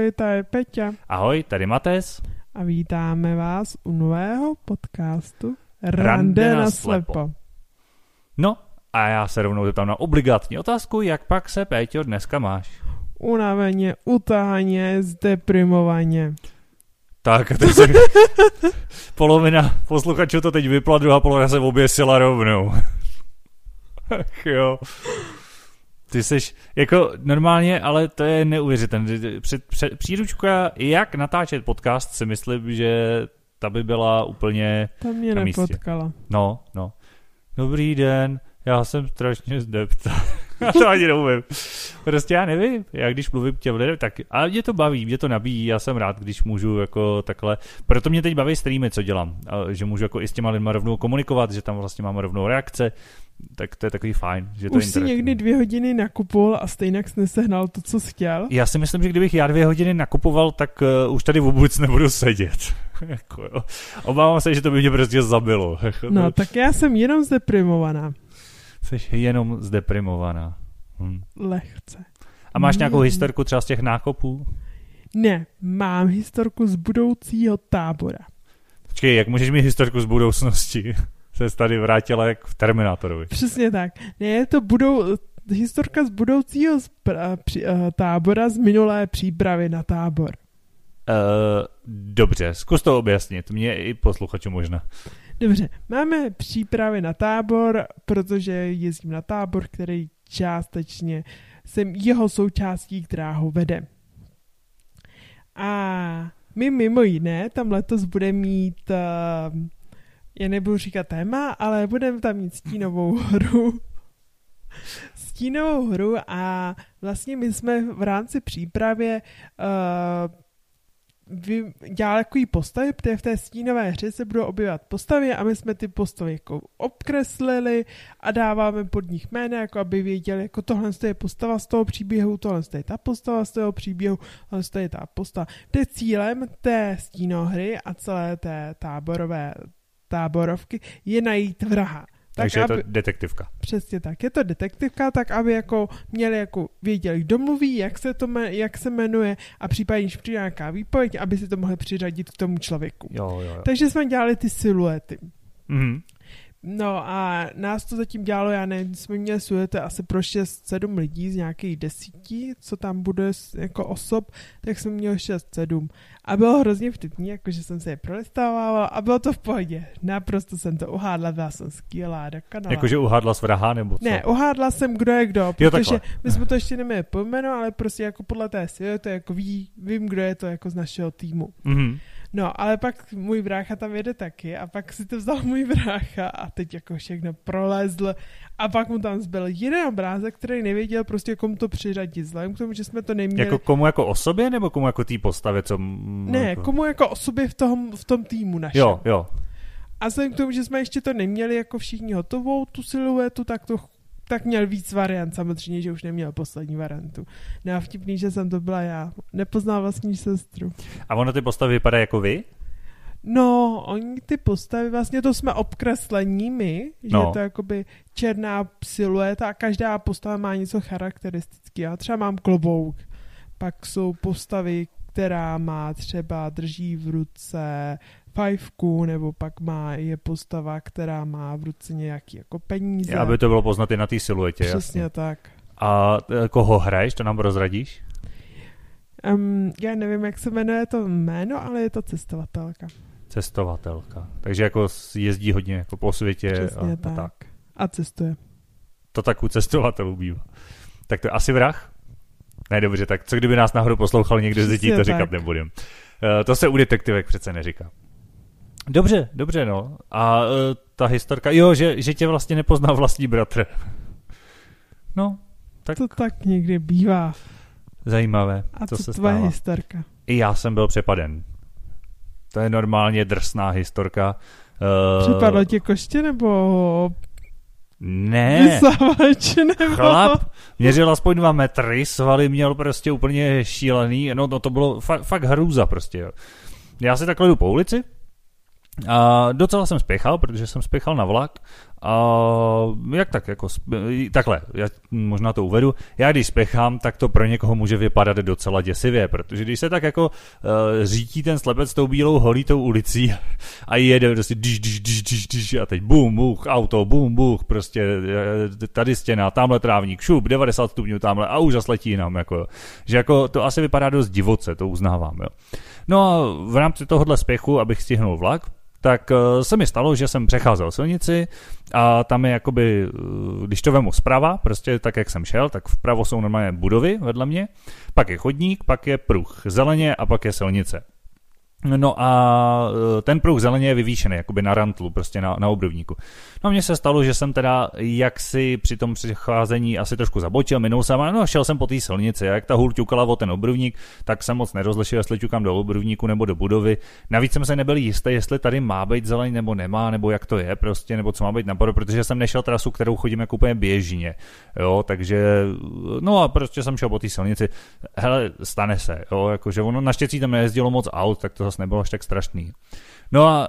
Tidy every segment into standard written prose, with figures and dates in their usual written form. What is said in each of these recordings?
Ahoj, tady je Peťa. Ahoj, tady Mates. A vítáme vás u nového podcastu Rande na slepo. No, a já se rovnou zeptám na obligátní otázku, jak pak se, Péťo, dneska máš? Unaveně, utahaně, zdeprimovaně. Tak, teď se polovina posluchačů to teď vypla, druhá polovina se oběsila rovnou. Ach jo. Ty seš jako normálně, ale to je neuvěřitelné. Příručka, jak natáčet podcast, si myslím, že ta by byla úplně ta mě na místě. nepotkala. No. Dobrý den, já jsem strašně zdepta. Já to ani neumím. Prostě já nevím, já když mluvím těm lidem, tak ale mě to baví, mě to nabíjí, já jsem rád, když můžu jako takhle. Proto mě teď baví streamy, co dělám, že můžu jako i s těma lidma rovnou komunikovat, že tam vlastně mám rovnou reakce, tak to je takový fajn. Že to už si někdy 2 hodiny nakupoval a stejně jsi nesehnal to, co jsi chtěl? Já si myslím, že kdybych já 2 hodiny nakupoval, tak už tady vůbec nebudu sedět. Jako, jo. Obávám se, že to by mě prostě zabilo. No, tak já jsem jenom zdeprimovaná. Jsi jenom zdeprimovaná. Lehce. A máš nějakou historku třeba z těch nákupů? Ne, mám historku z budoucího tábora. Počkej, jak můžeš mít historku z budoucnosti? Se tady vrátila jak v Terminátorovi. Přesně tak. Ne, je to historka z budoucího tábora z minulé přípravy na tábor. Dobře, zkus to objasnit. Mě i posluchačům možná. Dobře, máme přípravy na tábor, protože jezdím na tábor, který částečně jsem jeho součástí, která ho vede. A my mimo jiné tam letos bude mít, já nebudu říkat téma, ale budeme tam mít stínovou hru. Stínovou hru a vlastně my jsme v rámci přípravy dělali takový postavy, protože v té stínové hře se budou objevovat postavy a my jsme ty postavy jako obkreslili a dáváme pod nich jména, jako aby věděli, jako tohle je postava z toho příběhu, tohle je ta postava z toho příběhu, tohle je ta postava. To je cílem té stínové a celé té táborovky je najít vraha. Takže je to detektivka. Přesně tak. Je to detektivka, tak aby jako měli jako věděli, kdo mluví, jak se jmenuje a případně, když přijde nějaká výpověď, aby si to mohli přiřadit k tomu člověku. Jo. Takže jsme dělali ty siluety. Mhm. No a nás to zatím dělalo, já nevím, jsme měli siluety asi pro 6-7 lidí z nějakých 10, co tam bude jako osob, tak jsem měl 6-7. A bylo hrozně vtipný, jakože jsem se je prolistával a bylo to v pohodě. Naprosto jsem to uhádla, byla jsem skvělá, dokonalá. Jakože uhádla s vraha, nebo co? Ne, uhádla jsem, kdo je kdo, protože my jsme to ještě neměli pojmeno, ale prostě jako podle té siluety, jako vím, kdo je to jako z našeho týmu. Mhm. No, ale pak můj brácha tam jede taky a pak si to vzal můj brácha a teď jako všechno prolezl a pak mu tam zbyl jeden obrázek, který nevěděl prostě komu to přiřadit, vzhledem k tomu, že jsme to neměli. Jako komu jako osobě nebo komu jako té postavě, co... Ne, jako... komu jako osobě v tom týmu našem. Jo. A vzhledem k tomu, že jsme ještě to neměli jako všichni hotovou, tu siluetu, tak měl víc variant, samozřejmě, že už neměl poslední variantu. No a vtipný, že jsem to byla já. Nepoznal vlastní sestru. A ono ty postavy vypadají jako vy? No, oni ty postavy, vlastně to jsme obkreslení my, že je to jakoby černá silueta a každá postava má něco charakteristického. Já třeba mám klobouk, pak jsou postavy, která má třeba drží v ruce fajfku, nebo pak je postava, která má v ruce nějaký jako peníze. Aby to bylo poznat i na té siluetě. Přesně jasně. tak. A koho hraješ, to nám prozradíš? Já nevím, jak se jmenuje to jméno, ale je to cestovatelka. Cestovatelka. Takže jako jezdí hodně jako po světě a tak. A cestuje. To tak u cestovatelů bývá. Tak to je asi vrah? Ne, dobře, tak co kdyby nás náhodou poslouchal někdo z dětí, to říkat nebudem. To se u detektivek přece neříká. Dobře, no. A ta historka, že tě vlastně nepoznal vlastní bratr. No, tak... To tak někdy bývá. Zajímavé. A co se se tvoje stává. historka? I já jsem byl přepaden. To je normálně drsná historka. Připadlo tě koště nebo... Ne. Vysávač nebo... Chlap měřil aspoň 2 metry, svaly měl prostě úplně šílený, no to bylo fakt hrůza prostě. Jo. Já si takhle jdu po ulici A docela jsem spěchal, protože jsem spěchal na vlak. A jak tak, jako takhle, já možná to uvedu, já když spěchám, tak to pro někoho může vypadat docela děsivě, protože když se tak jako řítí ten slepec tou bílou holitou ulicí a jede prostě a teď bum, buch, auto, bum, buch, prostě tady stěna, tamhle trávník, šup, 90 stupňů tamhle a úžas letí nám, jako, že jako to asi vypadá dost divoce, to uznávám, jo. No a v rámci tohohle spěchu, abych stihnul vlak, tak se mi stalo, že jsem přecházel silnici a tam je jakoby, když to vemu zprava, prostě tak, jak jsem šel, tak vpravo jsou normálně budovy vedle mě, pak je chodník, pak je pruh zeleně a pak je silnice. No a ten pruh zeleně je vyvýšený, jakoby na rantlu, prostě na obrubníku. No a mně se stalo, že jsem teda jaksi při tom přecházení asi trošku zabočil, minul jsem a šel jsem po té silnici a jak ta hůl ťukala o ten obrubník, tak jsem moc nerozlišil, jestli ťukám do obrubníku nebo do budovy. Navíc jsem se nebyl jistý, jestli tady má být zeleň nebo nemá, nebo jak to je prostě, nebo co má být napadlo, protože jsem nešel trasu, kterou chodím jako úplně běžně, jo, takže, no a prostě jsem šel po té silnici. Hele, stane se, jo, jakože ono naštěstí tam nejezdilo moc aut, tak to zase nebylo až tak strašný. No a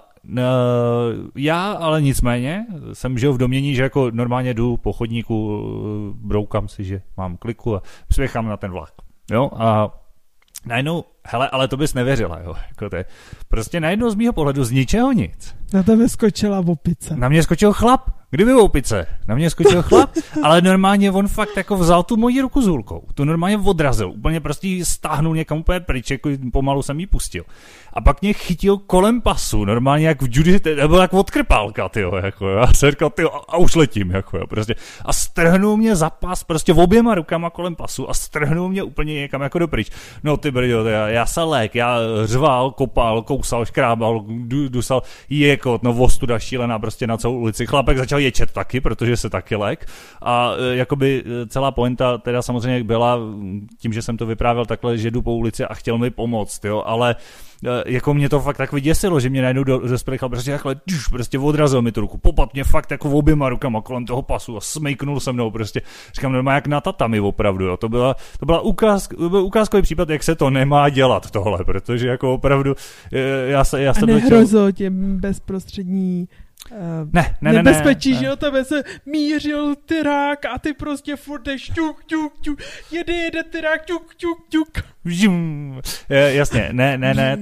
já ale nicméně jsem žil v domění, že jako normálně jdu po chodníku, broukám si, že mám kliku a spěchám na ten vlak. Jo, a najednou, hele, ale to bys nevěřila, jo, jako to je, prostě najednou z mýho pohledu z ničeho nic. Na tebe skočila opice. Na mě skočil chlap. Kdyby opice. Na mě skočil chlap, ale normálně on fakt jako vzal tu moji ruku s hůlkou. Tu normálně odrazil. Úplně prostě ji stáhnul někam úplně pryč, jako pomalu jsem ji pustil. A pak mě chytil kolem pasu, normálně jak v judy, byl jak odkrpálka, tyjo, jako jo. A jsem říkal, tyjo, a už letím, jako jo, prostě. A strhnul mě za pas, prostě oběma rukama kolem pasu a strhnul mě úplně někam jako dopryč. No ty brďo, já se lék, já řval, kopal, kousal, škrábal, dusal, jekot, no ostuda šílená prostě na celou ulici. Chlapek začal ječet taky, protože se taky lék. A jakoby celá pointa teda samozřejmě byla tím, že jsem to vyprávěl takhle, že jdu po ulici a chtěl mi pomoct, jo, ale jako mě to fakt tak vyděsilo, že mě najednou dospěl prostě takhle, prostě odrazil mi tu ruku, popad mě fakt jako oběma rukama kolem toho pasu a smejknul se mnou, prostě říkám normálně jak na tatami opravdu, jo. To byl ukázkový případ, jak se to nemá dělat tohle, protože jako opravdu já se a nehrozilo tě bezprostřední nebezpečí, že o tebe se mířil tyrák a ty prostě furt jdeš ťuk, jede tyrák, ťuk. Jasně, ne,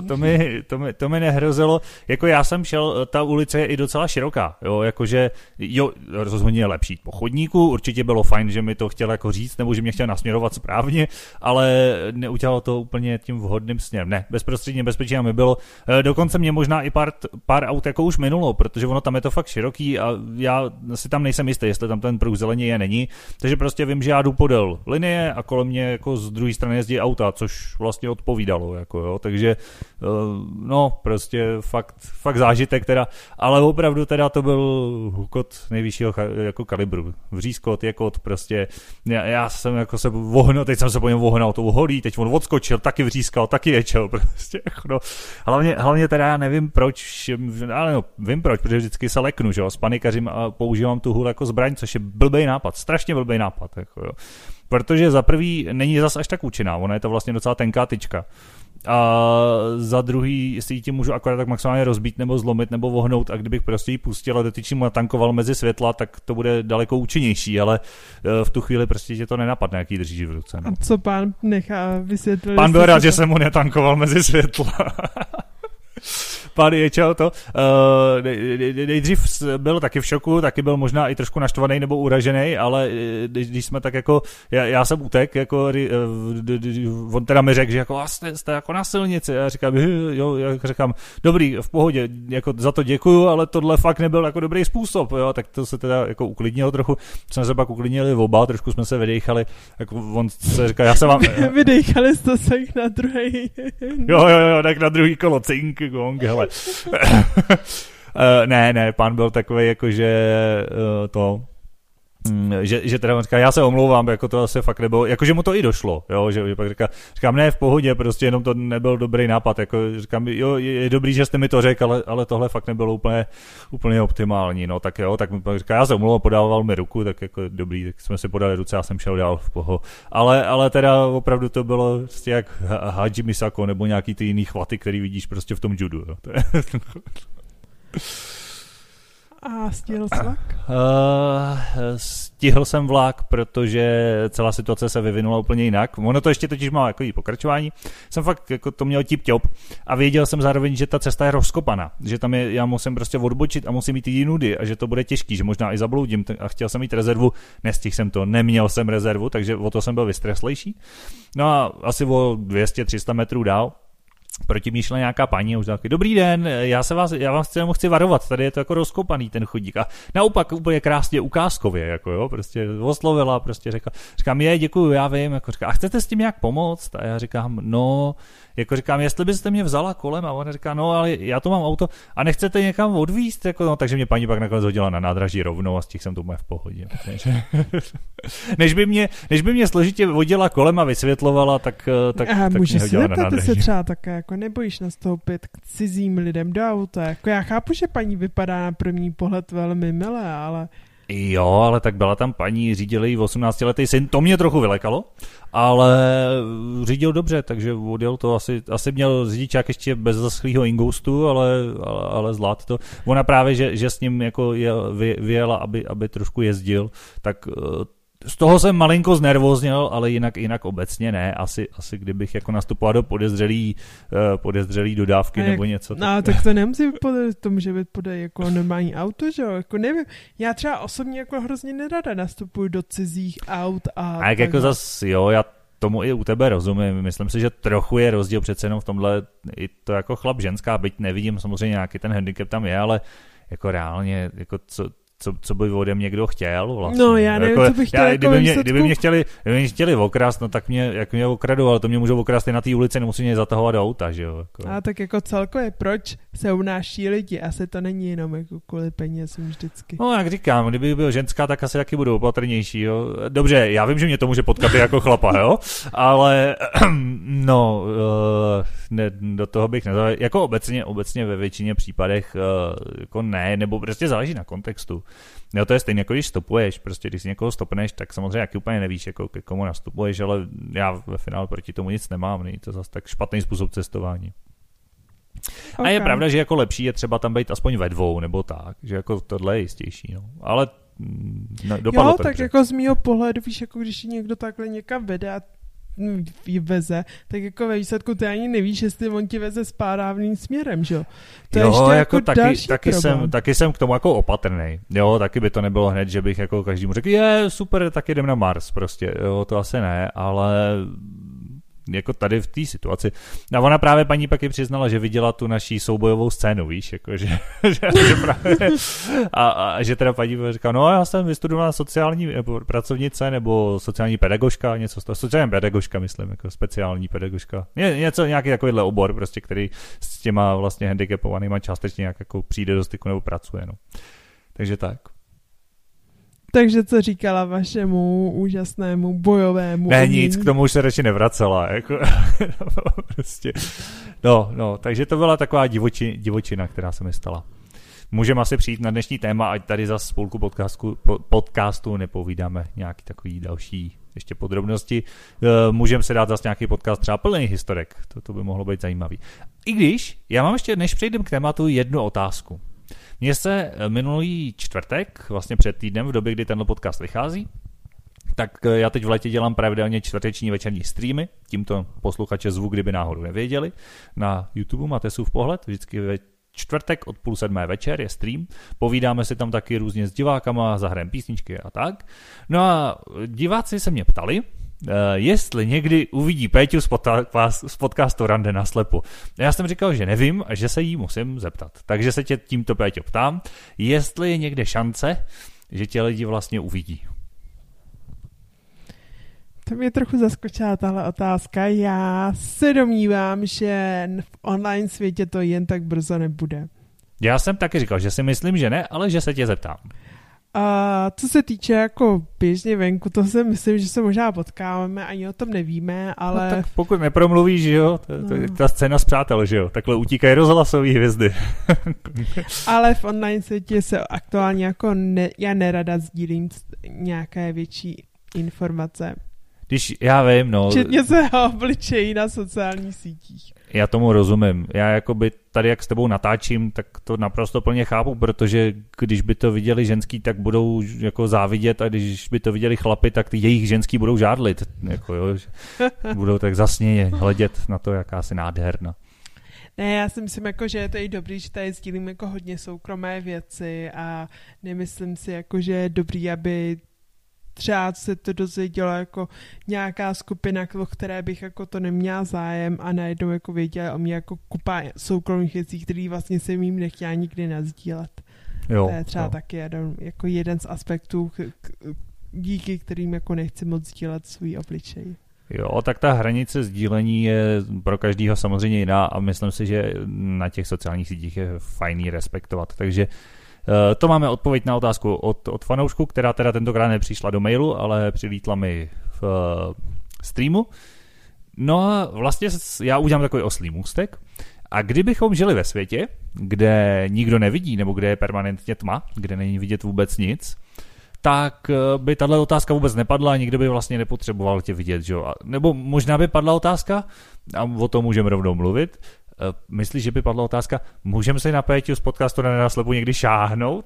to mi nehrozilo, jako já jsem šel, ta ulice je i docela široká, jo, jakože, jo, rozhodně je lepší po chodníku, určitě bylo fajn, že mi to chtěl jako říct, nebo že mě chtěl nasměrovat správně, ale neudělalo to úplně tím vhodným směrem, ne, bezprostředně bezpečí mi bylo, dokonce mě možná i pár aut jako už minulo, protože ono tam je to fakt široký a já si tam nejsem jistý, jestli tam ten pruh zeleně je, není, takže prostě vím, že já jdu podél linie a kolem mě jako z druhé strany jezdí auta, což vlastně odpovídalo, jako jo, takže no, prostě fakt zážitek teda, ale opravdu teda to byl hukot nejvyššího jako kalibru, vřízkot, jekot, prostě, já jsem jako se vohnal, teď jsem se po něm vohnal tou holí, teď on odskočil, taky vřískal, taky ječel, prostě, jako no, hlavně teda já nevím proč, ale no, vím proč, protože vždycky se leknu, že jo, spanikařím a používám tu hůl jako zbraň, což je blbej nápad, strašně blbej nápad, jako jo. Protože za prvý není zas až tak účinná, ona je to vlastně docela tenká tyčka. A za druhý, jestli ji tím můžu akorát tak maximálně rozbít nebo zlomit nebo vohnout a kdybych prostě ji pustil a do tyčí mu natankoval mezi světla, tak to bude daleko účinnější, ale v tu chvíli prostě tě to nenapadne, jaký držíš v ruce. No. A co pán nechá vysvětlit? Pán byl rád, že jsem mu netankoval mezi světla. Pán ječel to. Nejdřív byl taky v šoku, taky byl možná i trošku naštvaný nebo uražený, ale když jsme tak jako, já jsem utek, jako on teda mi řekl, že jako jste jako na silnici. Já říkám, jo, já říkám, dobrý, v pohodě, jako za to děkuju, ale tohle fakt nebyl jako dobrý způsob, jo, tak to se teda jako uklidnilo trochu. Jsme se pak uklidnili oba, trošku jsme se vydejchali, jako on se říká, já se vám... Vydejchali jste se na druhý. Jo, tak na druhý kolo, cink, gong, hele. Ne, pán byl takovej, jako že teda on říká, já se omlouvám, jako to asi fakt nebylo, jakože mu to i došlo, jo, že pak říkám, ne, v pohodě, prostě jenom to nebyl dobrý nápad, jako říkám, jo, je dobrý, že jste mi to řekl, ale tohle fakt nebylo úplně optimální, no, tak jo, tak mi pak říká, já se omlouvám, podával mi ruku, tak jako dobrý, tak jsme si podali ruce, já jsem šel dál v poho, ale teda opravdu to bylo prostě jak Haji Misako, nebo nějaký ty jiný chvaty, který vidíš prostě v tom judu, jo, to je... A stihl jsi vlak? Stihl jsem vlak, protože celá situace se vyvinula úplně jinak. Ono to ještě totiž má jako pokračování. Jsem fakt jako to měl tip-top a věděl jsem zároveň, že ta cesta je rozkopaná, že tam já musím prostě odbočit a musím mít jinudy a že to bude těžký, že možná i zabloudím a chtěl jsem mít rezervu, nestihl jsem to, neměl jsem rezervu, takže o to jsem byl vystreslejší. No a asi o 200-300 metrů dál proti mě šla nějaká paní a už takový, dobrý den, já vás chci varovat, tady je to jako rozkopaný ten chodík. A naopak úplně krásně ukázkově, jako jo, prostě oslovila, prostě říkám, děkuju, já vím, jako říká, a chcete s tím nějak pomoct? A já říkám, no, jako říkám, jestli byste mě vzala kolem, a ona říká, no, ale já to mám auto a nechcete někam odvízt, jako, no, takže mě paní pak nakonec hodila na nádraží rovnou a z těch jsem to úplně v pohodě. než by mě složitě vodila kolem a vysvětlovala, tak mě hodila na nádraží. Se třeba také, jako nebojíš nastoupit k cizím lidem do auta, jako já chápu, že paní vypadá na první pohled velmi milé, ale... Jo, ale tak byla tam paní, řídil jí 18letý syn, to mě trochu vylekalo, ale řídil dobře, takže odjel to, asi měl řidičák ještě bez zaschlýho ingoustu, ale zvlád to. Ona právě, že s ním jako vyjela, aby trošku jezdil, tak z toho jsem malinko znervózněl, ale jinak obecně ne. Asi kdybych jako nastupoval do podezřelý dodávky nebo něco. No, tak to nemusí vypadat, to může být jako normální auto, že jo? Jako nevím, já třeba osobně jako hrozně nerada nastupuju do cizích aut a jak jako zas, jo, já tomu i u tebe rozumím. Myslím si, že trochu je rozdíl přece jenom v tomhle, i to jako chlap ženská, byť nevidím, samozřejmě nějaký ten handicap tam je, ale jako reálně, jako co by ode mě někdo chtěl vlastně. No já nevím, jako, co bych chtěl kdyby mě chtěli okrást, no tak mě okradou, ale to mě můžou okrást i na té ulici, nemusí mě zatahovat do auta, že jo. Jako. A tak jako celkově, proč se unáší lidi? Asi to není jenom jako kvůli penězům vždycky. No jak říkám, kdyby byl ženská, tak asi taky budou opatrnější, jo. Dobře, já vím, že mě to může potkat jako chlapa, jo, ale no, do toho bych nezavil. Jako obecně ve většině případech jako ne, nebo prostě záleží na kontextu. Jo, to je stejně, jako když stopuješ, prostě když si někoho stopneš, tak samozřejmě jaký úplně nevíš, jako ke komu nastupuješ, ale já ve finále proti tomu nic nemám, není to zase tak špatný způsob cestování. Okay. A je pravda, že jako lepší je třeba tam být aspoň ve dvou, nebo tak, že jako tohle je jistější, no. Ale dopadlo to tak dobře. Jako z mýho pohledu, víš, jako když někdo takhle někam vede a veze, tak jako ve výsledku ty ani nevíš, jestli on ti veze správným směrem, že jo? To jo, je ještě jako taky jsem k tomu jako opatrnej. Jo, taky by to nebylo hned, že bych jako každému řekl, super, tak jdem na Mars, prostě, jo, to asi ne, ale jako tady v té situaci. A ona právě paní pak i přiznala, že viděla tu naší soubojovou scénu, víš, jako, že právě, a že teda paní říká, no já jsem vystudovala sociální pracovnice nebo sociální pedagožka, něco z toho, sociální pedagožka, myslím, jako speciální pedagožka. Nějaký takovýhle obor, prostě, který s těma vlastně handicapovanýma částečně nějak jako přijde do styku nebo pracuje, no. Takže tak. Takže co říkala vašemu úžasnému bojovému Ne, nic, k tomu už se radši nevracela. Jako, prostě. No, takže to byla taková divočina, která se mi stala. Můžeme asi přijít na dnešní téma, ať tady za spolku podcastu nepovídáme nějaký takový další ještě podrobnosti. Můžeme se dát zase nějaký podcast třeba plný historek. To by mohlo být zajímavý. I když, já mám ještě, než přejdem k tématu, jednu otázku. Mně se minulý čtvrtek, vlastně před týdnem, v době, kdy tenhle podcast vychází, tak já teď v létě dělám pravidelně čtvrteční večerní streamy, tímto posluchače zvu, kdyby náhodou nevěděli. Na YouTube máte v pohled, vždycky ve čtvrtek od 6:30 večer je stream, povídáme si tam taky různě s divákama, zahrajeme písničky a tak. No a diváci se mě ptali, jestli někdy uvidí Péťu z podcastu Rande na slepo. Já jsem říkal, že nevím a že se jí musím zeptat. Takže se tě tímto, Péťo, ptám, jestli je někde šance, že tě lidi vlastně uvidí. To mě trochu zaskočila tahle otázka. Já se domnívám, že v online světě to jen tak brzo nebude. Já jsem taky říkal, že si myslím, že ne, ale že se tě zeptám. A co se týče jako běžně venku, to si myslím, že se možná potkáváme, ani o tom nevíme, ale... No tak pokud nepromluvíš, že jo, ta scéna z Přátel, že jo, takhle utíkají rozhlasové hvězdy. Ale v online světě se aktuálně jako já nerada sdílím nějaké větší informace. Když já vím, no. Včetně svého obličejí na sociálních sítích. Já tomu rozumím. Já jakoby tady, jak s tebou natáčím, tak to naprosto plně chápu, protože když by to viděli ženský, tak budou jako závidět a když by to viděli chlapi, tak ty jejich ženský budou žádlit. Jako jo, budou tak zasněně hledět na to, jaká si nádherna. Ne, já si myslím, jako, že je to i dobrý, že tady sdílím jako hodně soukromé věci a nemyslím si, jako, že je dobrý, aby třeba se to dozvědělo jako nějaká skupina, o které bych jako to neměla zájem a najednou jako věděla o mě jako kupa soukromých věcí, který vlastně jsem jim nechtěla nikdy nasdílet. Jo, to je třeba taky jako jeden z aspektů, díky kterým jako nechci moc sdílet svůj obličej. Jo, tak ta hranice sdílení je pro každého samozřejmě jiná a myslím si, že na těch sociálních sítích je fajný respektovat. Takže to máme odpověď na otázku od fanoušku, která teda tentokrát nepřišla do mailu, ale přilítla mi v streamu. No a vlastně já udělám takový oslý můstek. A kdybychom žili ve světě, kde nikdo nevidí, nebo kde je permanentně tma, kde není vidět vůbec nic, tak by tahle otázka vůbec nepadla a nikdo by vlastně nepotřeboval tě vidět, že jo? Nebo možná by padla otázka, a o tom můžeme rovnou mluvit, myslíš, že by padla otázka, můžeme se na Péťu z podcastu Na Nenaslepu někdy šáhnout?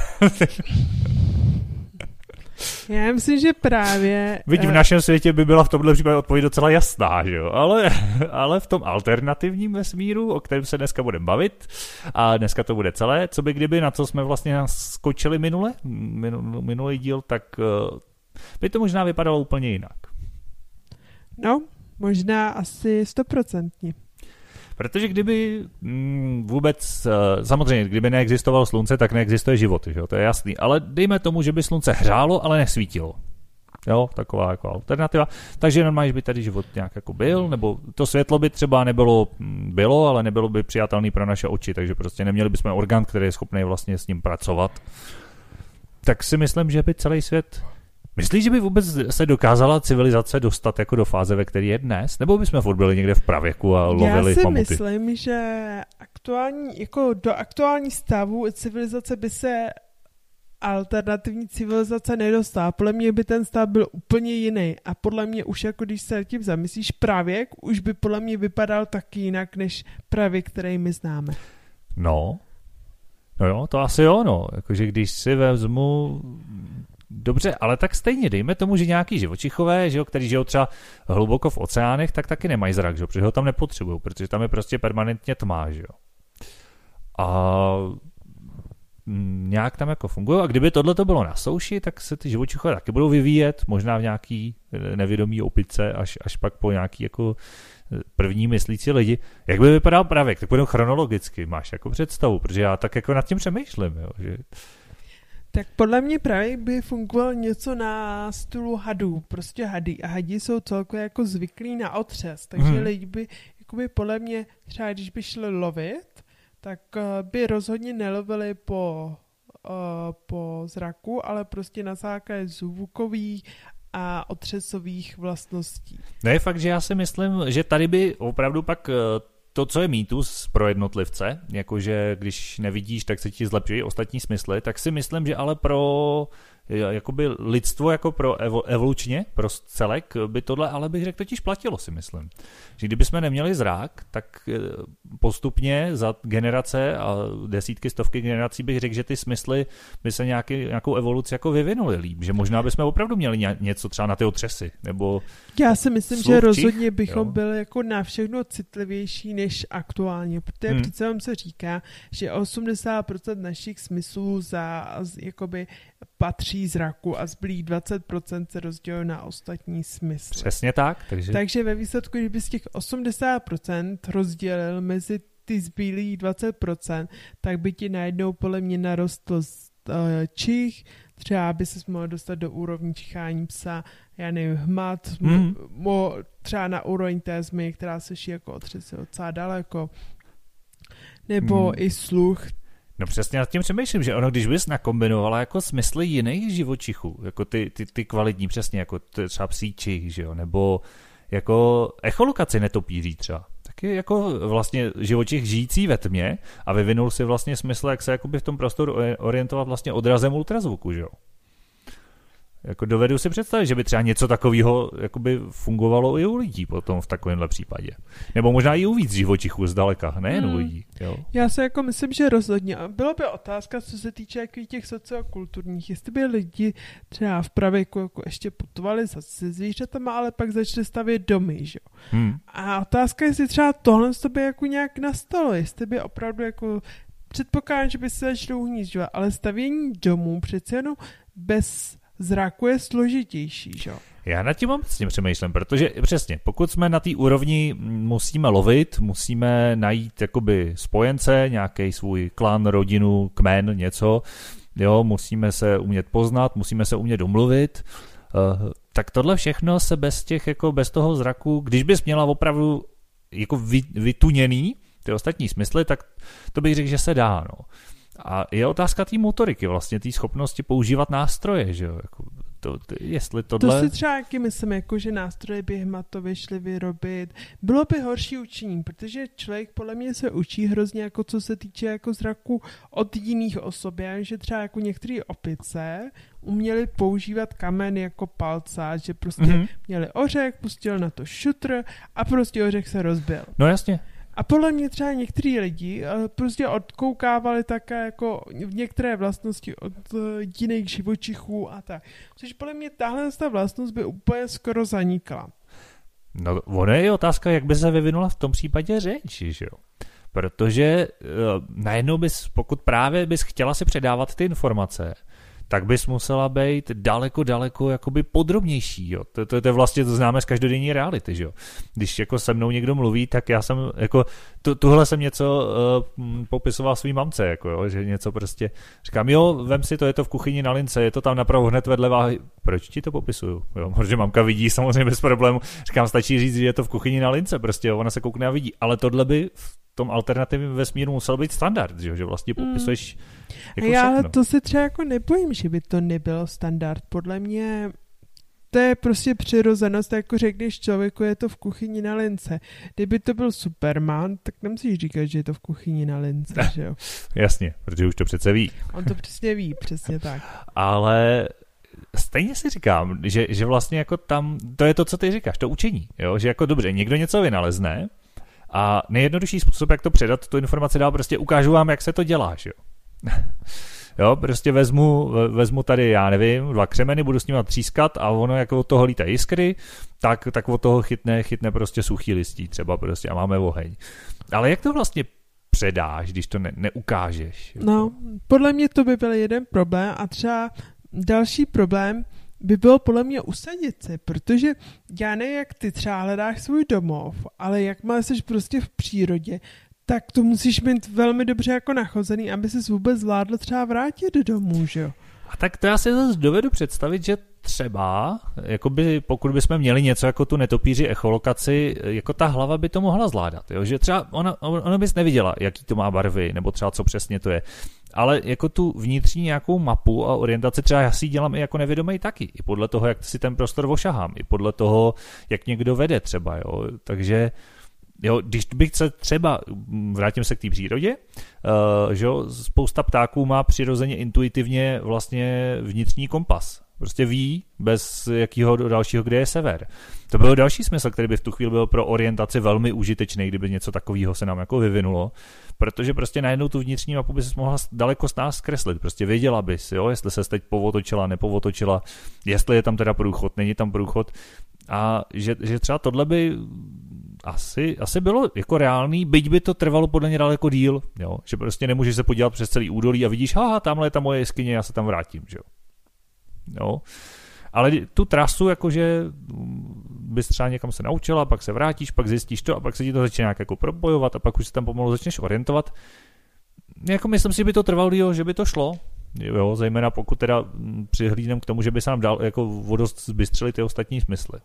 Já myslím, že právě... Vidím, v našem světě by byla v tomhle případě odpověď docela jasná, že jo? Ale v tom alternativním vesmíru, o kterém se dneska budeme bavit, a dneska to bude celé, co by kdyby, na co jsme vlastně naskočili minulý díl, tak by to možná vypadalo úplně jinak. No, možná asi 100%. Protože kdyby vůbec, samozřejmě, kdyby neexistovalo slunce, tak neexistuje život, že jo? To je jasný. Ale dejme tomu, že by slunce hřálo, ale nesvítilo. Jo, taková jako alternativa. Takže normálně by tady život nějak jako byl, nebo to světlo by třeba bylo, ale nebylo by přijatelný pro naše oči, takže prostě neměli bychom orgán, který je schopný vlastně s ním pracovat. Tak si myslím, že by celý svět... Myslíš, že by vůbec se dokázala civilizace dostat jako do fáze, ve které je dnes? Nebo bychom furt byli někde v pravěku a lovili pamuty? Já si myslím, že do aktuální stavu civilizace by se alternativní civilizace nedostala. Podle mě by ten stav byl úplně jiný. A podle mě už jako když se tím zamyslíš, pravěk už by podle mě vypadal taky jinak, než pravěk, který my známe. No jo, to asi jo, no. Jakože když si vezmu... Dobře, ale tak stejně, dejme tomu, že nějaký živočichové, že jo, který žijou třeba hluboko v oceánech, tak taky nemají zrak, že jo, protože ho tam nepotřebují, protože tam je prostě permanentně tma, že jo. A nějak tam jako fungují a kdyby tohle to bylo na souši, tak se ty živočichové taky budou vyvíjet, možná v nějaký nevědomý opice, až pak po nějaký jako první myslící lidi. Jak by vypadal pravěk, tak budou chronologicky, máš jako představu, protože já tak jako nad tím přemýšlím, jo, že... Tak podle mě právě by fungoval něco na stylu hadů, prostě hady. A hadi jsou celkově jako zvyklí na otřes, takže lidi by, jakoby podle mě, třeba když by šli lovit, tak by rozhodně nelovili po zraku, ale prostě na základě zvukových a otřesových vlastností. No je fakt, že já si myslím, že tady by opravdu pak... To, co je mýtus pro jednotlivce, jakože když nevidíš, tak se ti zlepšují ostatní smysly, tak si myslím, že ale pro jakoby lidstvo, jako pro evolučně, pro celek, by tohle, ale bych řekl, totiž platilo, si myslím. Že kdybychom neměli zrak, tak postupně za generace a desítky, stovky generací bych řekl, že ty smysly by se nějakou evoluci jako vyvinuly líp. Že možná bychom opravdu měli něco třeba na ty otřesy, nebo já si myslím, že rozhodně bychom byli jako na všechno citlivější než aktuálně, protože přece vám se říká, že 80% našich smyslů jakoby patří zraku a zbylých 20% se rozděluje na ostatní smysly. Přesně tak. Takže ve výsledku, kdyby z těch 80% rozdělil mezi ty zbylých 20%, tak by ti najednou podle mě narostl čich, třeba by se mohl dostat do úrovní čichání psa, já nevím, hmat, třeba na úroveň té zmy, která se ší jako otřesy docela daleko, nebo i sluch. No přesně nad tím přemýšlím, že ono, když bys nakombinovala jako smysly jiných živočichů, jako ty kvalitní, přesně jako třeba psíčich, že jo, nebo jako echolokaci netopíří třeba, taky jako vlastně živočich žijící ve tmě a vyvinul si vlastně smysl, jak se jakoby v tom prostoru orientovat vlastně odrazem ultrazvuku, že jo. Jako dovedu si představit, že by třeba něco takového jakoby fungovalo i u lidí potom v takovémhle případě. Nebo možná i u víc živočichů zdaleka, nejen u lidí. Jo. Já se jako myslím, že rozhodně. Bylo by otázka, co se týče jako těch sociokulturních, jestli by lidi třeba v pravěku jako ještě putovali se zvířatama, ale pak začali stavět domy, že jo. A otázka je, jestli třeba tohle by jako nějak nastalo, jestli by opravdu jako předpokládám, že by se začalo uhnížďovat, ale stavění domů přece jenom bez zraku je složitější, že jo? Já nad tím obecně přemýšlím, protože přesně, pokud jsme na té úrovni musíme lovit, musíme najít jakoby spojence, nějaký svůj klan, rodinu, kmen, něco, jo, musíme se umět poznat, musíme se umět domluvit, tak tohle všechno se bez toho zraku, když bys měla opravdu jako vytuněný ty ostatní smysly, tak to bych řekl, že se dá, no. A je otázka té motoriky, vlastně té schopnosti používat nástroje, že jo, jako jestli tohle... To si třeba jaký myslím, jako že nástroje by hmatovi šli vyrobit. Bylo by horší učení, protože člověk podle mě se učí hrozně, jako co se týče jako zraku od jiných osob. Já vím, že třeba jako některé opice uměli používat kamen jako palcáč, že prostě měli ořech, pustil na to šutr a prostě ořech se rozbil. No jasně. A podle mě třeba některý lidi prostě odkoukávali také jako některé vlastnosti od jiných živočichů a tak. Což podle mě tahle vlastnost by úplně skoro zanikla. No ono je otázka, jak by se vyvinula v tom případě řeč, že jo? Protože najednou pokud právě bys chtěla si předávat ty informace, tak bys musela být daleko jakoby podrobnější, jo. To je vlastně, to známe z každodenní reality, že jo. Když jako se mnou někdo mluví, tak já jsem jako, tuhle jsem něco popisoval svý mamce, jako jo, že něco prostě, říkám, jo, vem si to, je to v kuchyni na lince, je to tam napravo hned vedle váhy. Proč ti to popisuju? Jo, protože mamka vidí samozřejmě bez problému. Říkám, stačí říct, že je to v kuchyni na lince, prostě jo, ona se koukne a vidí, ale tohle by v tom alternativním vesmíru musel být standard, že vlastně popisuješ jako já všechno. To se třeba jako nebojím, že by to nebylo standard. Podle mě to je prostě přirozenost, jako řekneš člověku, je to v kuchyni na lince. Kdyby to byl Superman, tak nemusíš říkat, že je to v kuchyni na lince, že jo? Jasně, protože už to přece ví. On to přesně ví, přesně tak. Ale stejně si říkám, že vlastně jako tam, to je to, co ty říkáš, to učení, jo? Že jako dobře, někdo něco vynalezne a nejjednodušší způsob, jak to předat, tu informaci dál, prostě ukážu vám, jak se to dělá, že jo? Jo, prostě vezmu tady, já nevím, 2 křemeny, budu s nimi třískat a ono, jako od toho lítají jiskry, tak od toho chytne prostě suchý listí třeba prostě a máme oheň. Ale jak to vlastně předáš, když to neukážeš? No, podle mě to by byl jeden problém a třeba další problém by bylo podle mě usadit se, protože já nevím, jak ty třeba hledáš svůj domov, ale jakmile jsi prostě v přírodě, tak to musíš mít velmi dobře jako nachozený, aby ses vůbec zvládl třeba vrátit do domů, že jo? A tak to já si zase dovedu představit, že třeba, jakoby, pokud bychom měli něco jako tu netopíři echolokaci, jako ta hlava by to mohla zvládat, jo? Že třeba ona bys neviděla, jaký to má barvy, nebo třeba co přesně to je. Ale jako tu vnitřní nějakou mapu a orientaci třeba já si dělám i jako nevědomý taky. I podle toho, jak si ten prostor ošahám. I podle toho, jak někdo vede třeba, jo. Takže jo, když bych se třeba, vrátím se k té přírodě, že jo, spousta ptáků má přirozeně intuitivně vlastně vnitřní kompas. Prostě ví bez jakého dalšího, kde je sever. To byl další smysl, který by v tu chvíli byl pro orientaci velmi užitečný, kdyby něco takového se nám jako vyvinulo, protože prostě najednou tu vnitřní mapu by se mohla daleko z nás zkreslit. Prostě věděla bys, jo, jestli se teď povotočila, nepovotočila, jestli je tam teda průchod, není tam průchod a že třeba tohle by asi bylo jako reálný, byť by to trvalo podle mě daleko díl, jo, že prostě nemůžeš se podívat přes celý údolí a vidíš, tamhle je ta moje jeskyně, já se tam vrátím, že jo. Jo. Ale tu trasu, jakože bys třeba někam se naučila, pak se vrátíš, pak zjistíš to a pak se ti to začne nějak jako propojovat a pak už se tam pomalu začneš orientovat. Jako myslím si, by to trvalo, že by to šlo. Jo, zejména pokud teda přihlídnem k tomu, že by se nám dal jako vodost zbystřili ty ostatní smysly.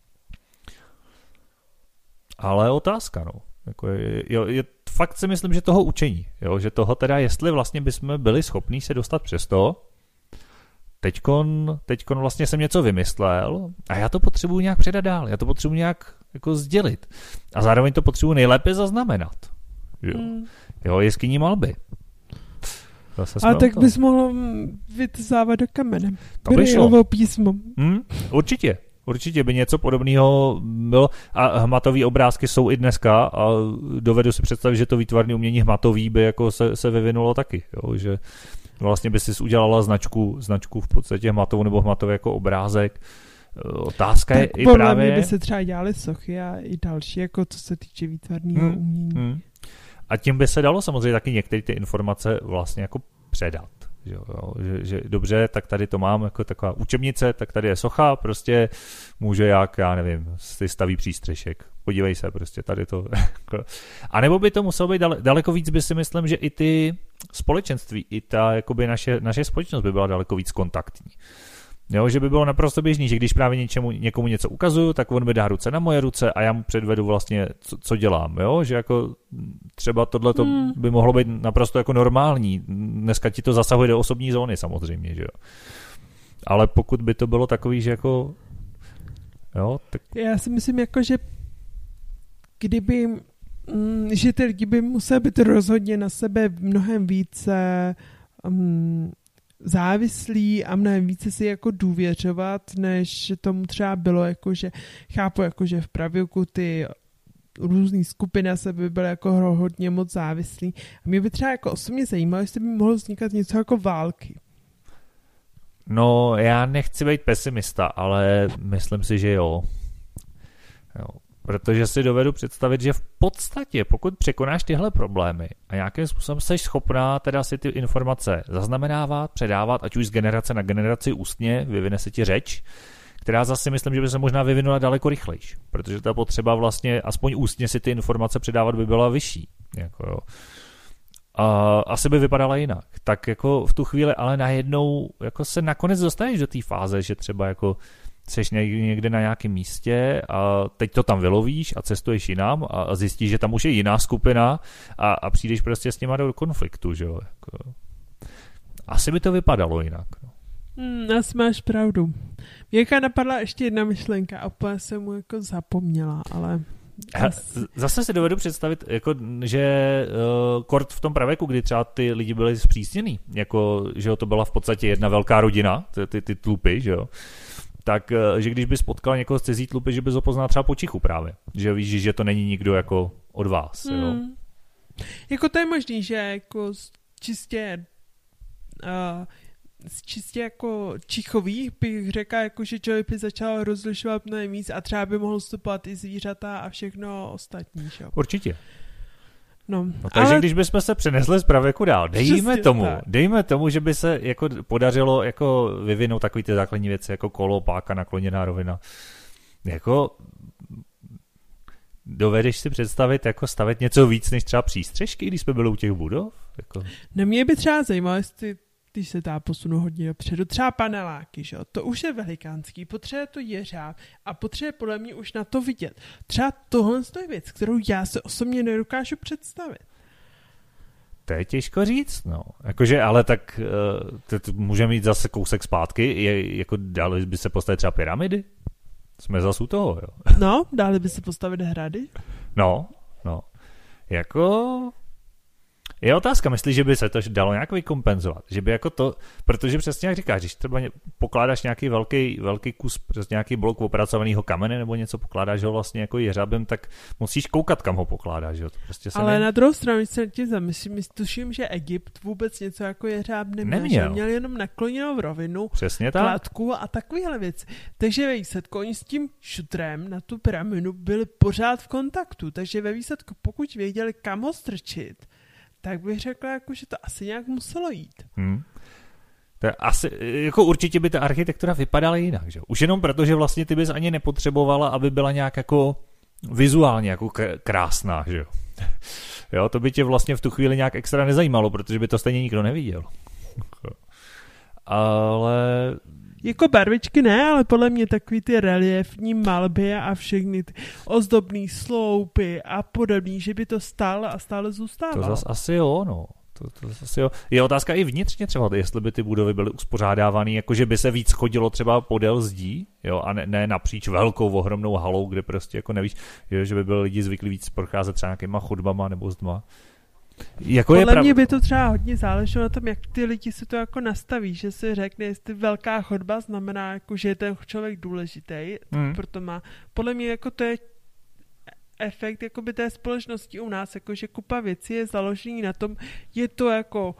Ale otázka, no. Jako fakt si myslím, že toho učení, jo, že toho teda, jestli vlastně bychom byli schopní se dostat přes to, teďkon vlastně jsem něco vymyslel a já to potřebuji nějak předat dál, já to potřebuji nějak jako sdělit. A zároveň to potřebuji nejlépe zaznamenat. Jo, jeskyní malby. A tak bys mohl vytesávat do kamene. To by šlo. Písmo. Určitě by něco podobného bylo. A hmatové obrázky jsou i dneska a dovedu si představit, že to výtvarné umění hmatový by jako se vyvinulo taky. Jo? Že vlastně by si udělala značku v podstatě hmatovou nebo hmatový jako obrázek. Otázka tak je i právě... podle mě by se třeba dělaly sochy a i další, jako co se týče výtvarného umění. A tím by se dalo samozřejmě taky některé ty informace vlastně jako předat. Že dobře, tak tady to mám jako taková učebnice, tak tady je socha, prostě může já nevím, si staví přístřešek. Podívej se, prostě tady to. A nebo by to muselo být daleko víc, by si myslím, že i ty společenství, i ta jakoby naše společnost by byla daleko víc kontaktní. Jo, že by bylo naprosto běžný, že když právě někomu něco ukazuju, tak on mi dá ruce na moje ruce a já mu předvedu vlastně, co dělám, jo, že jako třeba tohleto by mohlo být naprosto jako normální. Dneska ti to zasahuje do osobní zóny samozřejmě, že jo. Ale pokud by to bylo takový, že jako jo, tak... Já si myslím jako, že že ty lidi by museli být rozhodně na sebe mnohem více závislí a mnohem více si jako důvěřovat, než tomu třeba bylo, jakože chápu, jakože v pravěku ty různý skupiny sebe byly jako hodně moc závislí. A mě by třeba jako osobně zajímalo, jestli by mohlo vznikat něco jako války. No, já nechci být pesimista, ale myslím si, že jo. Protože si dovedu představit, že v podstatě, pokud překonáš tyhle problémy a nějakým způsobem jsi schopná teda si ty informace zaznamenávat, předávat, ať už z generace na generaci ústně, vyvine se ti řeč, která zase myslím, že by se možná vyvinula daleko rychlejš, protože ta potřeba vlastně aspoň ústně si ty informace předávat by byla vyšší. Jako jo. A asi by vypadala jinak. Tak jako v tu chvíli, ale najednou jako se nakonec dostaneš do té fáze, že třeba jako seš někde na nějakém místě a teď to tam vylovíš a cestuješ jinam a zjistíš, že tam už je jiná skupina a přijdeš prostě s nima do konfliktu, že jo. Jako. Asi by to vypadalo jinak. No. Asi máš pravdu. Jaká napadla ještě jedna myšlenka a úplně jsem mu jako zapomněla, ale... Zase si dovedu představit, jako, že kort v tom pravěku, kdy třeba ty lidi byli zpřísněný, jako, že to byla v podstatě jedna velká rodina, ty tlupy, že jo, tak, že když bys potkal někoho z cizí tlupy, že bys ho poznal třeba po čichu právě, že víš, že to není nikdo jako od vás, jo. Jako to je možný, že jako čistě jako čichových bych řekla, jako, že člověk by začal rozlišovat mnohem víc a třeba by mohl vstupovat i zvířata a všechno ostatní. Že? Určitě. No, takže ale... když bychom se přenesli z pravěku dál, dejme tomu, že by se jako podařilo jako vyvinout takový ty základní věci, jako kolo, páka, nakloněná rovina. Jako dovedeš si představit, jako stavět něco víc než třeba přístřešky, když jsme byli u těch budov? Jako... No mě by třeba zajímalo, jestli když se tá posunu hodně dopředu, třeba paneláky, že? To už je velikánský, potřebuje to jeřáb a potřebuje podle mě už na to vidět. Třeba tohle je věc, kterou já se osobně nedokážu představit. To je těžko říct, no. Jakože, ale tak můžeme mít zase kousek zpátky, jako dali by se postavit třeba pyramidy? Jsme zase u toho, jo. No, dali by se postavit hrady? No. Jako... Je otázka, myslíš, že by se to dalo nějak vykompenzovat? Že by jako to, protože přesně jak říkáš, když třeba pokládáš nějaký velký kus, přes nějaký blok opracovaného kamene nebo něco, pokládáš ho vlastně jako jeřábem, tak musíš koukat, kam ho pokládáš. Že? To prostě ale na druhou stranu, když se tím zamyslím, tuším, že Egypt vůbec něco jako jeřáb neměl. Měl jenom nakloněnou rovinu, kladku a takovéhle věci. Takže ve výsledku oni s tím šutrem na tu pyramidu byli pořád v kontaktu, takže ve výsledku, pokud věděli, kam ho strčit, tak bych řekla, jako, že to asi nějak muselo jít. To je asi, jako určitě by ta architektura vypadala jinak, že? Už jenom proto, že vlastně ty bys ani nepotřebovala, aby byla nějak jako vizuálně jako krásná, že jo? Jo, to by tě vlastně v tu chvíli nějak extra nezajímalo, protože by to stejně nikdo neviděl. Ale... Jako barvičky ne, ale podle mě takový ty reliefní malby a všechny ty ozdobný sloupy a podobný, že by to stále a stále zůstávalo. To zase asi jo, no. To zase jo. Je otázka i vnitřně třeba, jestli by ty budovy byly uspořádávané, jakože by se víc chodilo třeba podél zdí, jo, a ne napříč velkou, ohromnou halou, kde prostě jako nevíš, že by byli lidi zvyklí víc procházet třeba nějakýma chodbama nebo zdma. Podle mě by to třeba hodně záleželo na tom, jak ty lidi si to jako nastaví, že si řekne, jestli velká chodba znamená, jako, že je ten člověk důležitý, proto má. Podle mě jako to je efekt jakoby té společnosti u nás, jako, že kupa věcí je založený na tom, je to jako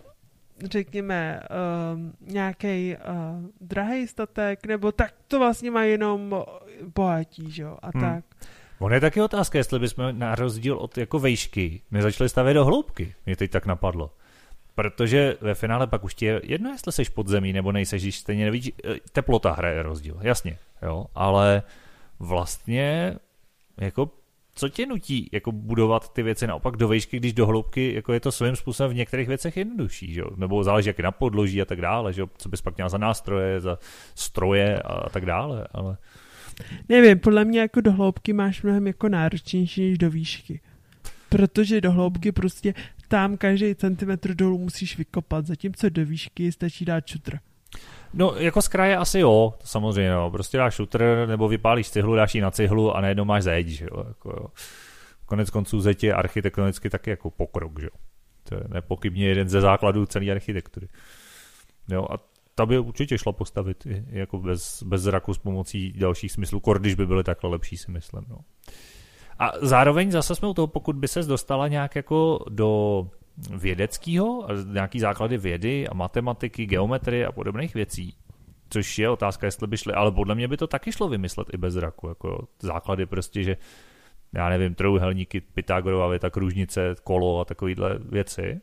řekněme nějaký drahý statek, nebo tak to vlastně má jenom bohatí, že jo, a tak. On je taky otázka, jestli bychom na rozdíl od jako vejšky nezačali stavět do hloubky. Mě teď tak napadlo. Protože ve finále pak už ti je jedno, jestli seš pod zemí nebo nejseš, když stejně nevíš, teplota hraje rozdíl, jasně, jo, ale vlastně jako co tě nutí jako budovat ty věci naopak do vejšky, když do hloubky jako je to svým způsobem v některých věcech jednodušší, že jo? Nebo záleží, jak je na podloží a tak dále, že jo? Co bys pak měl za nástroje, za stroje a tak dále, ale... Nevím, podle mě jako do hloubky máš mnohem jako náročnější než do výšky. Protože do hloubky prostě tam každý centimetr dolů musíš vykopat, zatímco do výšky stačí dát šutr. No, jako z kraje asi jo, to samozřejmě, no. Prostě dáš šutr, nebo vypálíš cihlu, dáš ji na cihlu a najednou máš zeď, že jo. Jako, jo. Konec konců zeď je architektonicky taky jako pokrok, že jo. To je nepochybně jeden ze základů celé architektury. Jo, a ta by určitě šla postavit i jako bez zraku s pomocí dalších smyslů, když by byly takhle lepší, si myslím, no. A zároveň zase jsme u toho, pokud by ses dostala nějak jako do vědeckého, nějaký základy vědy a matematiky, geometrie a podobných věcí, což je otázka, jestli by šly, ale podle mě by to taky šlo vymyslet i bez zraku, jako základy prostě, že já nevím, trojúhelníky, Pythagorova věta, kružnice, kolo a takovýhle věci,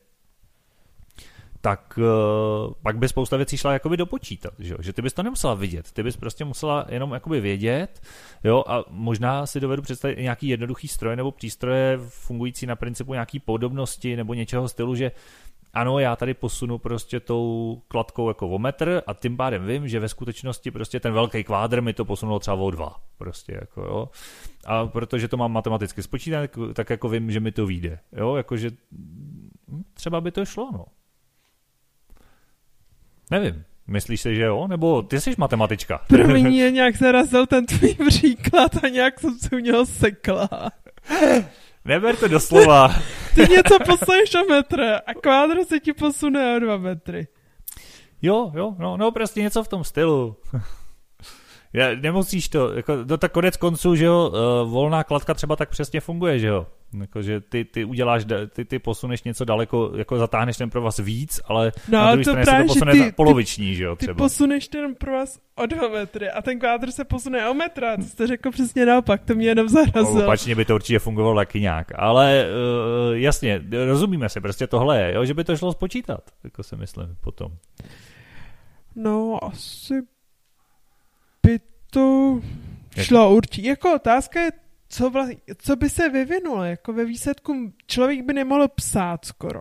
tak pak by spousta věcí šla jakoby dopočítat, že ty bys to nemusela vidět, ty bys prostě musela jenom jakoby vědět, jo, a možná si dovedu představit nějaký jednoduchý stroje nebo přístroje fungující na principu nějaký podobnosti nebo něčeho stylu, že ano, já tady posunu prostě tou kladkou jako o metr a tím pádem vím, že ve skutečnosti prostě ten velký kvádr mi to posunulo třeba o 2, prostě jako jo. A protože to mám matematicky spočítat, tak jako vím, že mi to vyjde, jo, jakože třeba by to šlo, no. Nevím, myslíš si, že jo? Nebo ty jsi matematička? Promiň, nějak zarazil ten tvůj příklad a nějak jsem se u něho sekla. Neber to doslova. Ty něco posuneš o metr a kvádr se ti posune o 2 metry. Jo, no prostě něco v tom stylu. Nemusíš to, jako, tak konec konců, že jo, volná kladka třeba tak přesně funguje, že jo. Jakože ty uděláš, ty posuneš něco daleko, jako zatáhneš ten provaz víc, ale na druhé straně se to posune poloviční, že jo, třeba. Ty posuneš ten provaz o 2 metry a ten kvádr se posune o metra, to jste řekl přesně naopak, to mě jenom zarazilo. Opačně by to určitě fungovalo taky nějak, ale jasně, rozumíme se, prostě tohle je, jo, že by to šlo spočítat, jako si myslím potom. No, asi by to šlo určitě. Jako otázka je, co by se vyvinulo, jako ve výsledku člověk by nemohl psát skoro.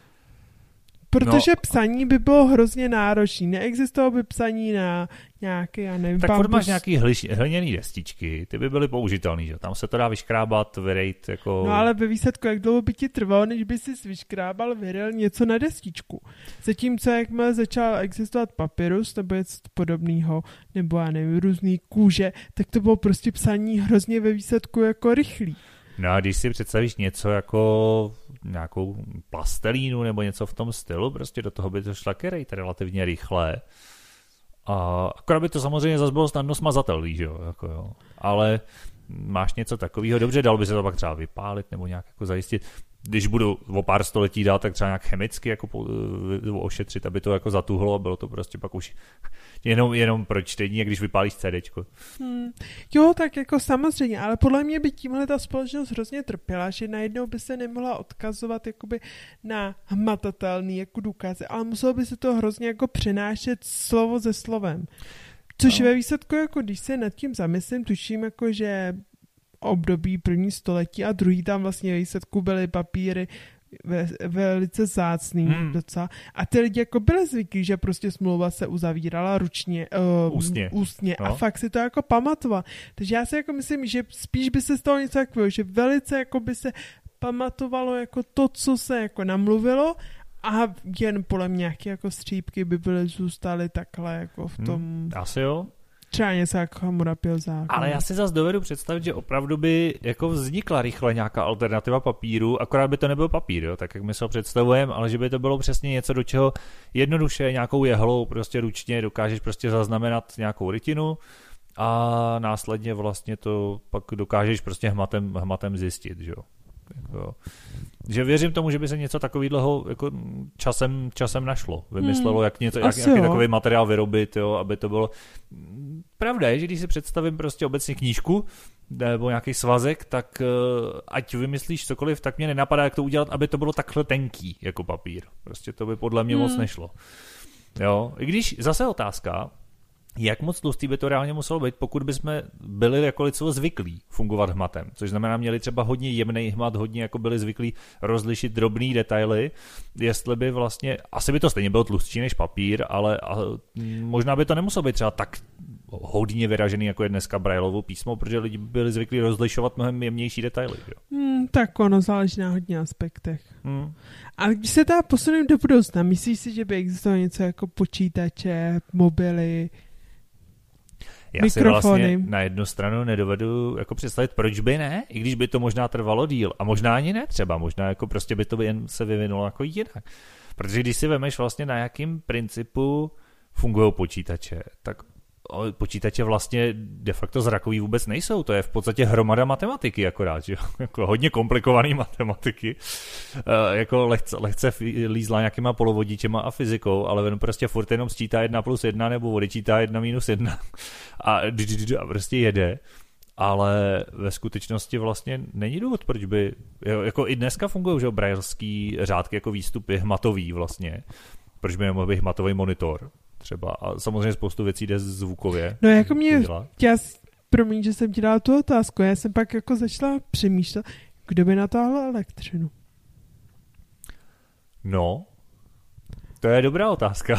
Protože psaní by bylo hrozně náročné. Neexistovalo by psaní na nějaký, já nevím, tak furt máš nějaký hliněný destičky, ty by byly použitelný, že? Tam se to dá vyškrábat, vyrejt, jako... No ale ve výsledku, jak dlouho by ti trvalo, než by si vyškrábal, vyrejl něco na destičku. Zatímco, jakmile začal existovat papyrus, nebo něco podobného, nebo já nevím, různý kůže, tak to bylo prostě psaní hrozně ve výsledku jako rychlý. No a když si představíš něco jako nějakou plastelínu nebo něco v tom stylu, prostě do toho by to šla kerejt relativně rychle. A akorát by to samozřejmě zase bylo snadno smazatelný, že jo, jako jo. Ale máš něco takového, dobře, dal by se to pak třeba vypálit nebo nějak jako zajistit. Když budu o pár století dát, tak třeba nějak chemicky jako ošetřit, aby to jako zatuhlo a bylo to prostě pak už jenom pro čtení, jak když vypálíš CDčko. Jo, tak jako samozřejmě, ale podle mě by tímhle ta společnost hrozně trpěla, že najednou by se nemohla odkazovat jakoby na hmatatelný jako důkazy, ale muselo by se to hrozně jako přenášet slovo ze slovem. Což ve výsledku, jako když se nad tím zamyslím, tuším jako, že období první století a druhý tam vlastně ve výsledku byly papíry velice vzácný docela. A ty lidi jako byli zvyklí, že prostě smlouva se uzavírala ručně, ústně a fakt si to jako pamatoval. Takže já si jako myslím, že spíš by se stalo něco takového, že velice jako by se pamatovalo jako to, co se jako namluvilo a jen podle mě nějaké jako střípky by byly zůstaly takhle jako v tom... Asi jo. Třeba něco jako Hammurapiho zákon. Ale já si zase dovedu představit, že opravdu by jako vznikla rychle nějaká alternativa papíru, akorát by to nebyl papír, jo, tak jak my se ho představujeme, ale že by to bylo přesně něco, do čeho jednoduše nějakou jehlou prostě ručně dokážeš prostě zaznamenat nějakou rytinu a následně vlastně to pak dokážeš prostě hmatem zjistit, že jo. Jako, že věřím tomu, že by se něco takového jako časem našlo. Vymyslelo, jak jaký takový materiál vyrobit, jo, aby to bylo. Pravda je, že když si představím prostě obecně knížku nebo nějaký svazek, tak ať vymyslíš cokoliv, tak mě nenapadá, jak to udělat, aby to bylo takhle tenký jako papír. Prostě to by podle mě moc nešlo. Jo, i když zase otázka, jak moc tlustý by to reálně muselo být, pokud bychom byli jako lidstvo zvyklí fungovat hmatem, což znamená, měli třeba hodně jemný hmat, hodně jako byli zvyklí rozlišit drobný detaily, jestli by vlastně, asi by to stejně bylo tlustší než papír, ale možná by to nemuselo být třeba tak hodně vyražený, jako je dneska Braillovo písmo, protože lidi byli zvyklí rozlišovat mnohem jemnější detaily. Tak ono záleží na hodně aspektech. A když se teda posuneme do budoucna, myslíš si, že by existovalo něco jako počítače, mobily, já si vlastně na jednu stranu nedovedu jako představit, proč by ne, i když by to možná trvalo díl. A možná ani ne třeba, možná jako prostě by to jen se vyvinulo jako jinak. Protože když si vemeš vlastně na jakým principu fungují počítače, tak počítače vlastně de facto zrakový vůbec nejsou. To je v podstatě hromada matematiky akorát, že? Jako hodně komplikovaný matematiky. Jako lehce lízla nějakýma polovodičema a fyzikou, ale on prostě furt jenom sčítá 1+1 nebo odečítá 1-1 a prostě jede. Ale ve skutečnosti vlastně není důvod, proč by, jako i dneska fungují, že brailleský řádky jako výstupy hmatový vlastně. Proč by nemohl být hmatový monitor? Třeba. A samozřejmě spoustu věcí jde zvukově. No jako promiň, že jsem ti dala tu otázku. Já jsem pak jako začala přemýšlet, kdo by natáhl elektřinu. No, to je dobrá otázka.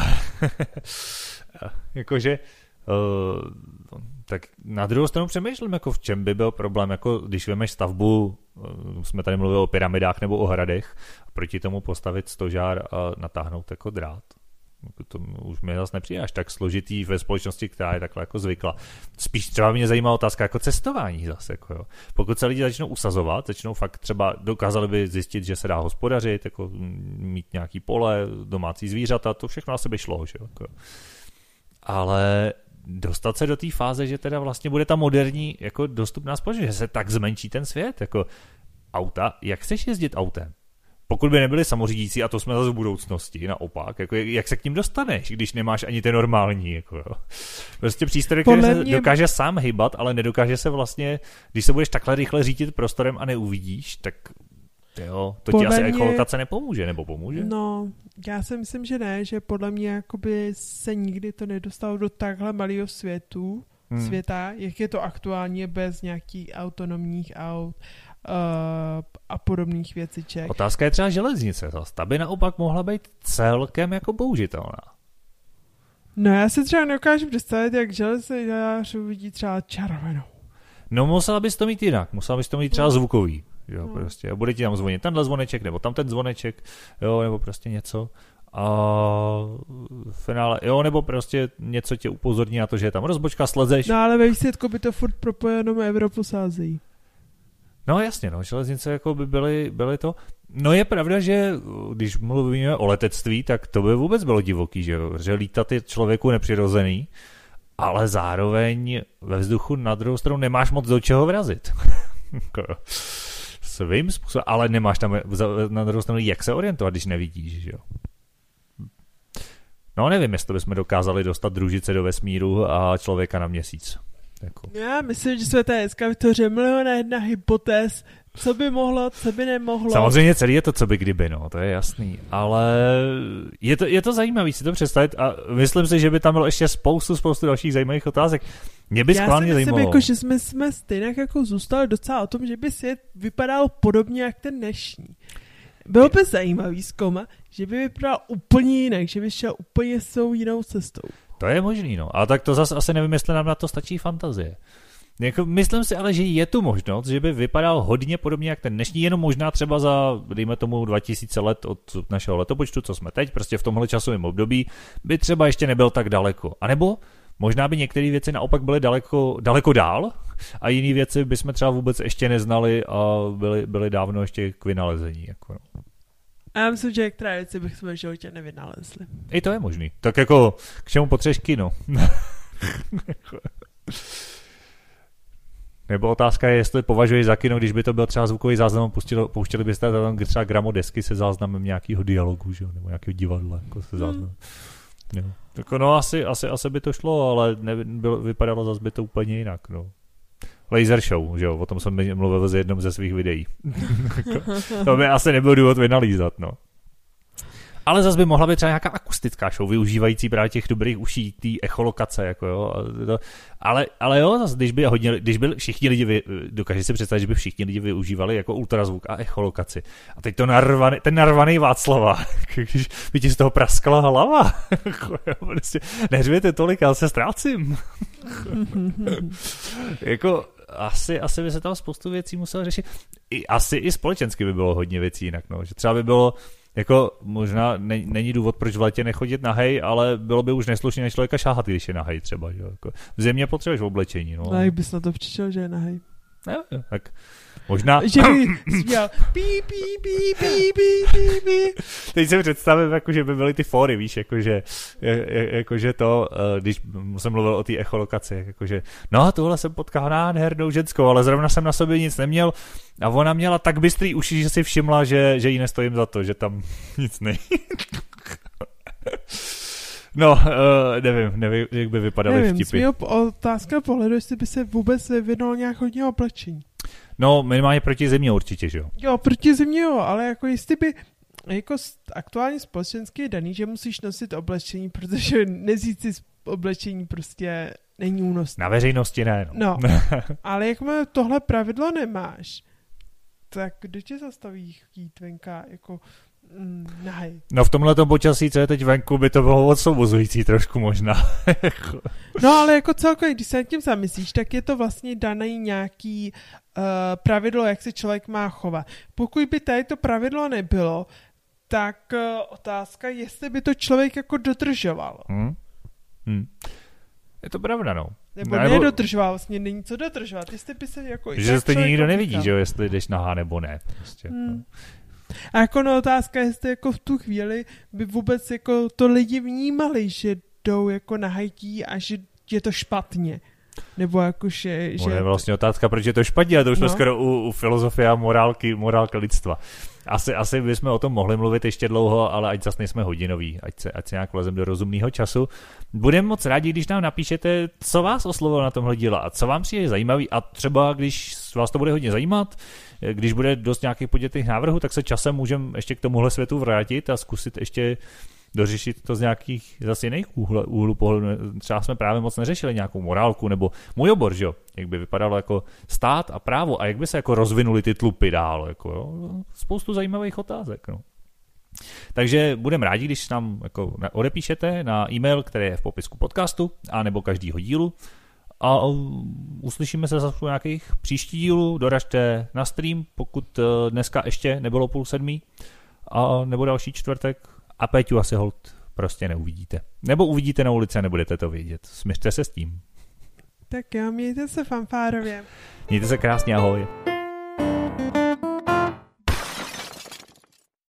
Jakože tak na druhou stranu přemýšlím, jako v čem by byl problém, jako když vemeš stavbu, jsme tady mluvili o pyramidách nebo o hradech, a proti tomu postavit stožár a natáhnout jako drát. To už mě zase nepřijde až tak složitý ve společnosti, která je takhle jako zvykla. Spíš třeba mě zajímá otázka jako cestování zase. Jako jo. Pokud se lidi začnou usazovat, začnou fakt třeba dokázali by zjistit, že se dá hospodařit, jako mít nějaký pole, domácí zvířata, to všechno na sebe šlo. Že jo. Jako. Ale dostat se do té fáze, že teda vlastně bude ta moderní jako dostupná společnost, že se tak zmenší ten svět. Jako auta, jak chceš jezdit autem? Pokud by nebyli samořídící, a to jsme zase v budoucnosti, naopak, jako jak se k ním dostaneš, když nemáš ani ten normální, jako jo. Prostě přístroj, který se dokáže sám hýbat, ale nedokáže se vlastně, když se budeš takhle rychle řídit prostorem a neuvidíš, tak jo, to ti asi echolokace nepomůže, nebo pomůže? No, já si myslím, že ne, že podle mě jakoby se nikdy to nedostalo do takhle malého světa, jak je to aktuálně bez nějakých autonomních aut, a podobných věciček. Otázka je třeba železnice. Ta by naopak mohla být celkem jako použitelná. No já si třeba nedokážu představit, jak železnice uvidí třeba červenou. No musela bys to mít jinak. Musela bys to mít třeba zvukový. Jo, prostě. A bude ti tam zvonit tenhle zvoneček, nebo tam ten zvoneček, jo, nebo prostě něco. A v finále, jo, nebo prostě něco tě upozorní na to, že je tam rozbočka, slezeš. No ale ve výsledku by to furt propojeno Evropu s Ázií. No jasně, no, železnice jako by byly to. No je pravda, že když mluvíme o letectví, tak to by vůbec bylo divoký, že lítat je člověku nepřirozený, ale zároveň ve vzduchu na druhou stranu nemáš moc do čeho vrazit. Svým způsobem, ale nemáš tam na druhou stranu jak se orientovat, když nevidíš, že jo. No nevím, jestli bychom dokázali dostat družice do vesmíru a člověka na Měsíc. Jako. Já myslím, že jsme tady dneska vytvořili milion hypotéz, co by mohlo, co by nemohlo. Samozřejmě celý je to, co by kdyby, no, to je jasný, ale je to zajímavý si to představit a myslím si, že by tam bylo ještě spoustu dalších zajímavých otázek. Mě by skválně zajímalo. Já si myslím, jako, že jsme stejně jako zůstali docela o tom, že by svět vypadal podobně jak ten dnešní. Bylo by zajímavý zkoumat, že by vypadal úplně jinak, že by šel úplně s tou jinou cestou. To je možný, no. A tak to zase asi nevím, jestli nám na to stačí fantazie. Jako, myslím si ale, že je tu možnost, že by vypadal hodně podobně jak ten dnešní, jenom možná třeba za, dejme tomu, 2000 let od našeho letopočtu, co jsme teď, prostě v tomhle časovém období, by třeba ještě nebyl tak daleko. A nebo Možná by některé věci naopak byly daleko dál a jiné věci bychom třeba vůbec ještě neznali a byly dávno ještě k vynalezení. Jako, no. A já myslím, že některé věci bychom v životě nevynalezli. I to je možný. Tak jako k čemu potřebuješ kino? Nebo otázka je, jestli považuješ za kino, když by to byl třeba zvukový záznam, pouštěli byste tam třeba gramodesky se záznamem nějakého dialogu, že? Nebo nějakého divadla jako se záznamem. Jo. Tak no asi by to šlo, ale vypadalo zase by to úplně jinak. No. Laser show, že jo, o tom jsem mluvil z jednom ze svých videí. To by asi nebyl důvod vynalízat, no. Ale zase by mohla být třeba nějaká akustická show, využívající právě těch dobrých uší, té echolokace, jako jo. Ale jo, zase, když by všichni lidi, dokáže si představit, že by všichni lidi využívali jako ultrazvuk a echolokaci. A teď ten narvaný Václava, když by ti z toho praskala hlava. Prostě neřvěte tolik, já se ztrácím. Jako asi by se tam spoustu věcí muselo řešit. Asi i společensky by bylo hodně věcí jinak, no. Že třeba by bylo jako možná není důvod, proč v létě nechodit nahej, ale bylo by už neslušně na člověka šáhat, když je nahej třeba. Že? Jako v zimě potřebuješ oblečení. No. A jak bys na to přišel, že je nahej? No, tak možná... Že by směl pí. Teď si představím, jako, že by byly ty fóry, víš, jakože to, když jsem mluvil o té echolokaci, jakože, no tohle jsem potkal nádhernou ženskou, ale zrovna jsem na sobě nic neměl a ona měla tak bystrý uši, že si všimla, že jí nestojím za to, že tam nic není. No, nevím, jak by vypadaly vtipy. Nevím, otázka pohledu, jestli by se vůbec vyvinulo nějak hodně oblečení. No, minimálně proti zimě určitě, že jo? Jo, proti zimě jo, ale jako jestli by jako aktuálně společensky je daný, že musíš nosit oblečení, protože nezít si oblečení prostě není únosné. Na veřejnosti ne. No, ale jakmile tohle pravidlo nemáš, tak kdo tě zastaví jít venka jako nahej? No v tomhletom počasí, co je teď venku, by to bylo osvobozující trošku možná. No ale jako celkově, když se nad tím zamyslíš, tak je to vlastně daný nějaký pravidlo, jak se člověk má chovat. Pokud by tady to pravidlo nebylo, tak otázka, jestli by to člověk jako dodržoval. Je to pravda, no. Nebo nedodržoval, vlastně není co dodržovat. Jestli by se jako... Že stejně nikdo nevidí, že jo, jestli jdeš nahá nebo ne. Prostě, no. A jako no otázka, jestli jako v tu chvíli by vůbec jako to lidi vnímali, že jdou jako nahajtí a že je to špatně. Nebo jako, že je vlastně otázka, proč je to špatně, a to už jsme skoro u filozofie a morálky lidstva. Asi bychom o tom mohli mluvit ještě dlouho, ale ať zase nejsme hodinový, ať se nějak vlezem do rozumného času. Budeme moc rádi, když nám napíšete, co vás oslovilo na tomhle díle a co vám přijde zajímavý, a třeba když vás to bude hodně zajímat, když bude dost nějakých podnětných návrhů, tak se časem můžeme ještě k tomuhle světu vrátit a zkusit ještě dořešit to z nějakých zase jiných úhlů pohledu. Třeba jsme právě moc neřešili nějakou morálku, nebo můj obor, že jo? Jak by vypadalo jako stát a právo a jak by se jako rozvinuly ty tlupy dál. Jako, jo? Spoustu zajímavých otázek. No. Takže budeme rádi, když nám jako odepíšete na e-mail, který je v popisku podcastu, anebo každýho dílu. A uslyšíme se zase u nějakých příští dílů. Doražte na stream, pokud dneska ještě nebylo 6:30 a nebo další čtvrtek. A Péťu asi hold prostě neuvidíte. Nebo uvidíte na ulici a nebudete to vědět. Směřte se s tím. Tak jo, mějte se fanfárově. Mějte se krásně, ahoj.